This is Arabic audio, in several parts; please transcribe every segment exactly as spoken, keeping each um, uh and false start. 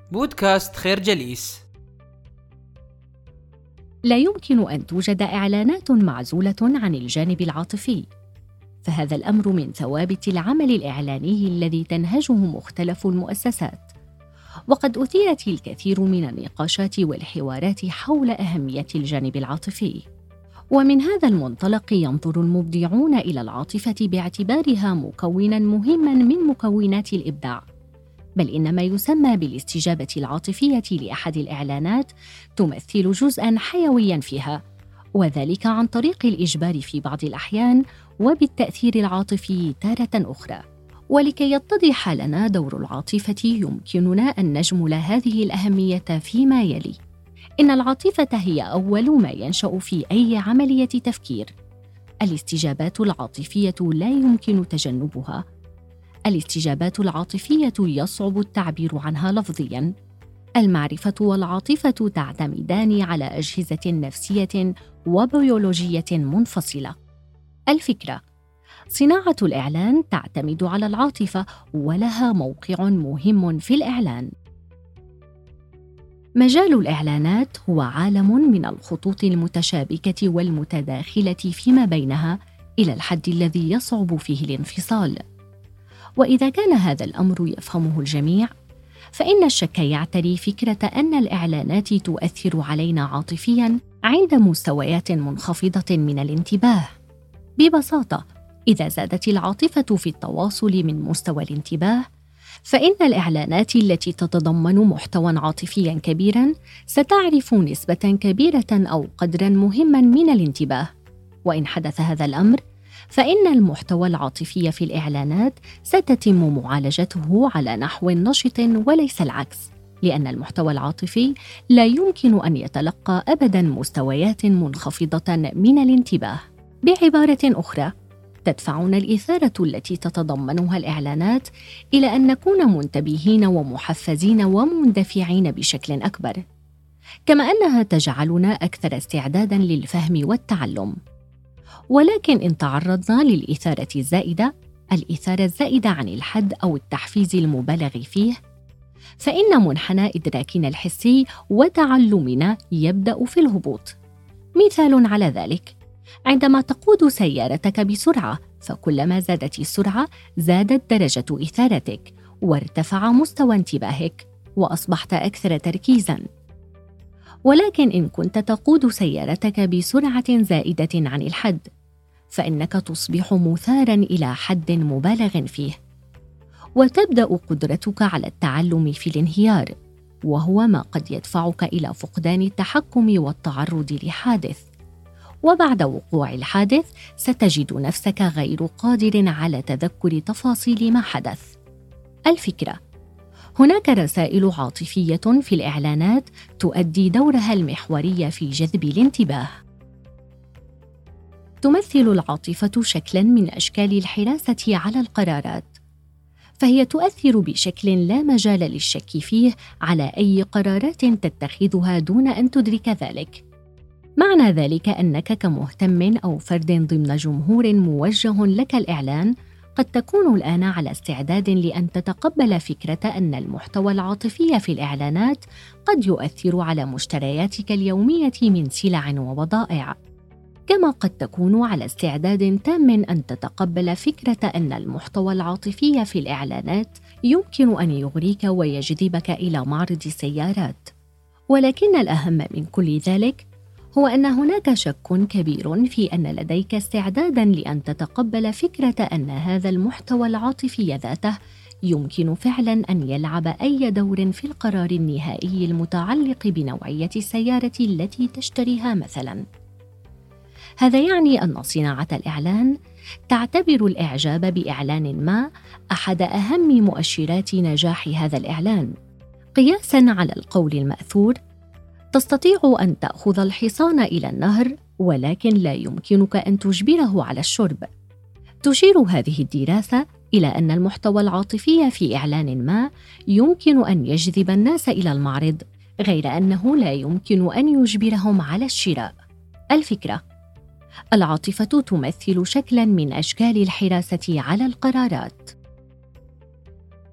بودكاست خير جليس. لا يمكن أن توجد إعلانات معزولة عن الجانب العاطفي، فهذا الأمر من ثوابت العمل الإعلاني الذي تنهجه مختلف المؤسسات. وقد أثيرت الكثير من النقاشات والحوارات حول أهمية الجانب العاطفي، ومن هذا المنطلق ينظر المبدعون إلى العاطفة باعتبارها مكوناً مهماً من مكونات الإبداع، بل إن ما يسمى بالاستجابة العاطفية لأحد الإعلانات تمثل جزءاً حيوياً فيها، وذلك عن طريق الإجبار في بعض الأحيان وبالتأثير العاطفي تارة أخرى. ولكي يتضح لنا دور العاطفة يمكننا أن نجمل هذه الأهمية فيما يلي. إن العاطفة هي أول ما ينشأ في أي عملية تفكير. الاستجابات العاطفية لا يمكن تجنبها. الاستجابات العاطفية يصعب التعبير عنها لفظياً. المعرفة والعاطفة تعتمدان على أجهزة نفسية وبيولوجية منفصلة. الفكرة: صناعة الإعلان تعتمد على العاطفة ولها موقع مهم في الإعلان. مجال الإعلانات هو عالم من الخطوط المتشابكة والمتداخلة فيما بينها إلى الحد الذي يصعب فيه الانفصال. وإذا كان هذا الأمر يفهمه الجميع، فإن الشك يعتري فكرة أن الإعلانات تؤثر علينا عاطفياً عند مستويات منخفضة من الانتباه. ببساطة، إذا زادت العاطفة في التواصل من مستوى الانتباه، فإن الإعلانات التي تتضمن محتوى عاطفياً كبيراً ستعرف نسبة كبيرة أو قدراً مهماً من الانتباه. وإن حدث هذا الأمر، فإن المحتوى العاطفي في الإعلانات ستتم معالجته على نحو نشط وليس العكس، لأن المحتوى العاطفي لا يمكن أن يتلقى أبداً مستويات منخفضة من الانتباه. بعبارة أخرى، تدفعنا الإثارة التي تتضمنها الإعلانات إلى أن نكون منتبهين ومحفزين ومندفعين بشكل أكبر، كما أنها تجعلنا أكثر استعداداً للفهم والتعلم. ولكن إن تعرضنا للإثارة الزائدة، الإثارة الزائدة عن الحد أو التحفيز المبالغ فيه، فإن منحنى إدراكنا الحسي وتعلمنا يبدأ في الهبوط. مثال على ذلك: عندما تقود سيارتك بسرعة، فكلما زادت السرعة زادت درجة إثارتك وارتفع مستوى انتباهك وأصبحت أكثر تركيزاً. ولكن إن كنت تقود سيارتك بسرعة زائدة عن الحد، فإنك تصبح مثاراً إلى حد مبالغ فيه، وتبدأ قدرتك على التعلم في الانهيار، وهو ما قد يدفعك إلى فقدان التحكم والتعرض لحادث. وبعد وقوع الحادث ستجد نفسك غير قادر على تذكر تفاصيل ما حدث. الفكرة: هناك رسائل عاطفية في الإعلانات تؤدي دورها المحوري في جذب الانتباه. تمثل العاطفة شكلاً من أشكال الحراسة على القرارات، فهي تؤثر بشكل لا مجال للشك فيه على أي قرارات تتخذها دون أن تدرك ذلك. معنى ذلك أنك كمهتم أو فرد ضمن جمهور موجه لك الإعلان قد تكون الآن على استعداد لأن تتقبل فكرة أن المحتوى العاطفي في الإعلانات قد يؤثر على مشترياتك اليومية من سلع وبضائع، كما قد تكون على استعداد تام أن تتقبل فكرة أن المحتوى العاطفي في الإعلانات يمكن أن يغريك ويجذبك إلى معرض السيارات. ولكن الأهم من كل ذلك هو أن هناك شك كبير في أن لديك استعداداً لأن تتقبل فكرة أن هذا المحتوى العاطفي ذاته يمكن فعلاً أن يلعب أي دور في القرار النهائي المتعلق بنوعية السيارة التي تشتريها مثلاً. هذا يعني أن صناعة الإعلان تعتبر الإعجاب بإعلان ما أحد أهم مؤشرات نجاح هذا الإعلان. قياساً على القول المأثور: تستطيع أن تأخذ الحصان إلى النهر، ولكن لا يمكنك أن تجبره على الشرب. تشير هذه الدراسة إلى أن المحتوى العاطفي في إعلان ما يمكن أن يجذب الناس إلى المعرض، غير أنه لا يمكن أن يجبرهم على الشراء. الفكرة: العاطفة تمثل شكلاً من أشكال الحراسة على القرارات.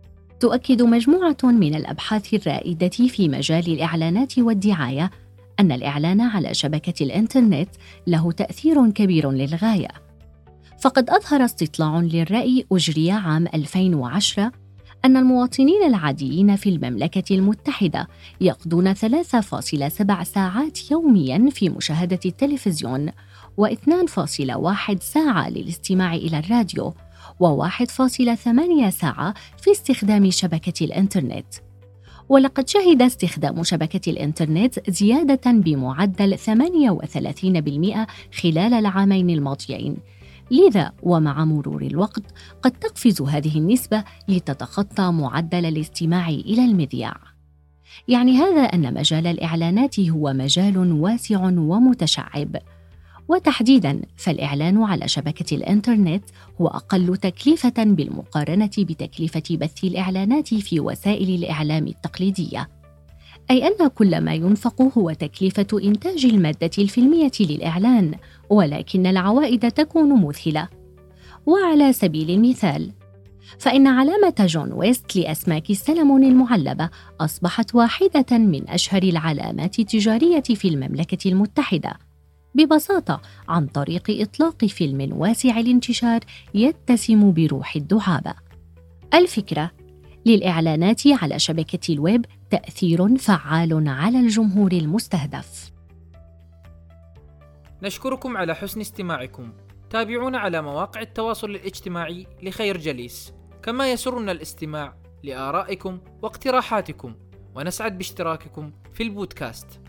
تؤكد مجموعة من الأبحاث الرائدة في مجال الإعلانات والدعاية أن الإعلان على شبكة الإنترنت له تأثير كبير للغاية. فقد أظهر استطلاع للرأي أجري عام ألفين وعشرة أن المواطنين العاديين في المملكة المتحدة يقضون ثلاثة فاصلة سبع ساعات يومياً في مشاهدة التلفزيون، واثنين فاصلة واحد ساعة للاستماع إلى الراديو، وواحد فاصلة ثمانية ساعة في استخدام شبكة الإنترنت. ولقد شهد استخدام شبكة الإنترنت زيادة بمعدل ثمانية وثلاثين بالمئة خلال العامين الماضيين، لذا ومع مرور الوقت قد تقفز هذه النسبة لتتخطى معدل الاستماع إلى المذياع. يعني هذا أن مجال الإعلانات هو مجال واسع ومتشعب، وتحديداً فالإعلان على شبكة الإنترنت هو أقل تكلفة بالمقارنة بتكلفة بث الإعلانات في وسائل الإعلام التقليدية، أي أن كل ما ينفق هو تكلفة إنتاج المادة الفيلمية للإعلان، ولكن العوائد تكون مذهلة. وعلى سبيل المثال، فإن علامة جون ويست لأسماك السلمون المعلبة أصبحت واحدة من أشهر العلامات التجارية في المملكة المتحدة، ببساطة عن طريق إطلاق فيلم واسع الانتشار يتسم بروح الدعابة. الفكرة: للإعلانات على شبكة الويب تأثير فعال على الجمهور المستهدف. نشكركم على حسن استماعكم. تابعونا على مواقع التواصل الاجتماعي لخير جليس، كما يسرنا الاستماع لآرائكم واقتراحاتكم، ونسعد باشتراككم في البودكاست.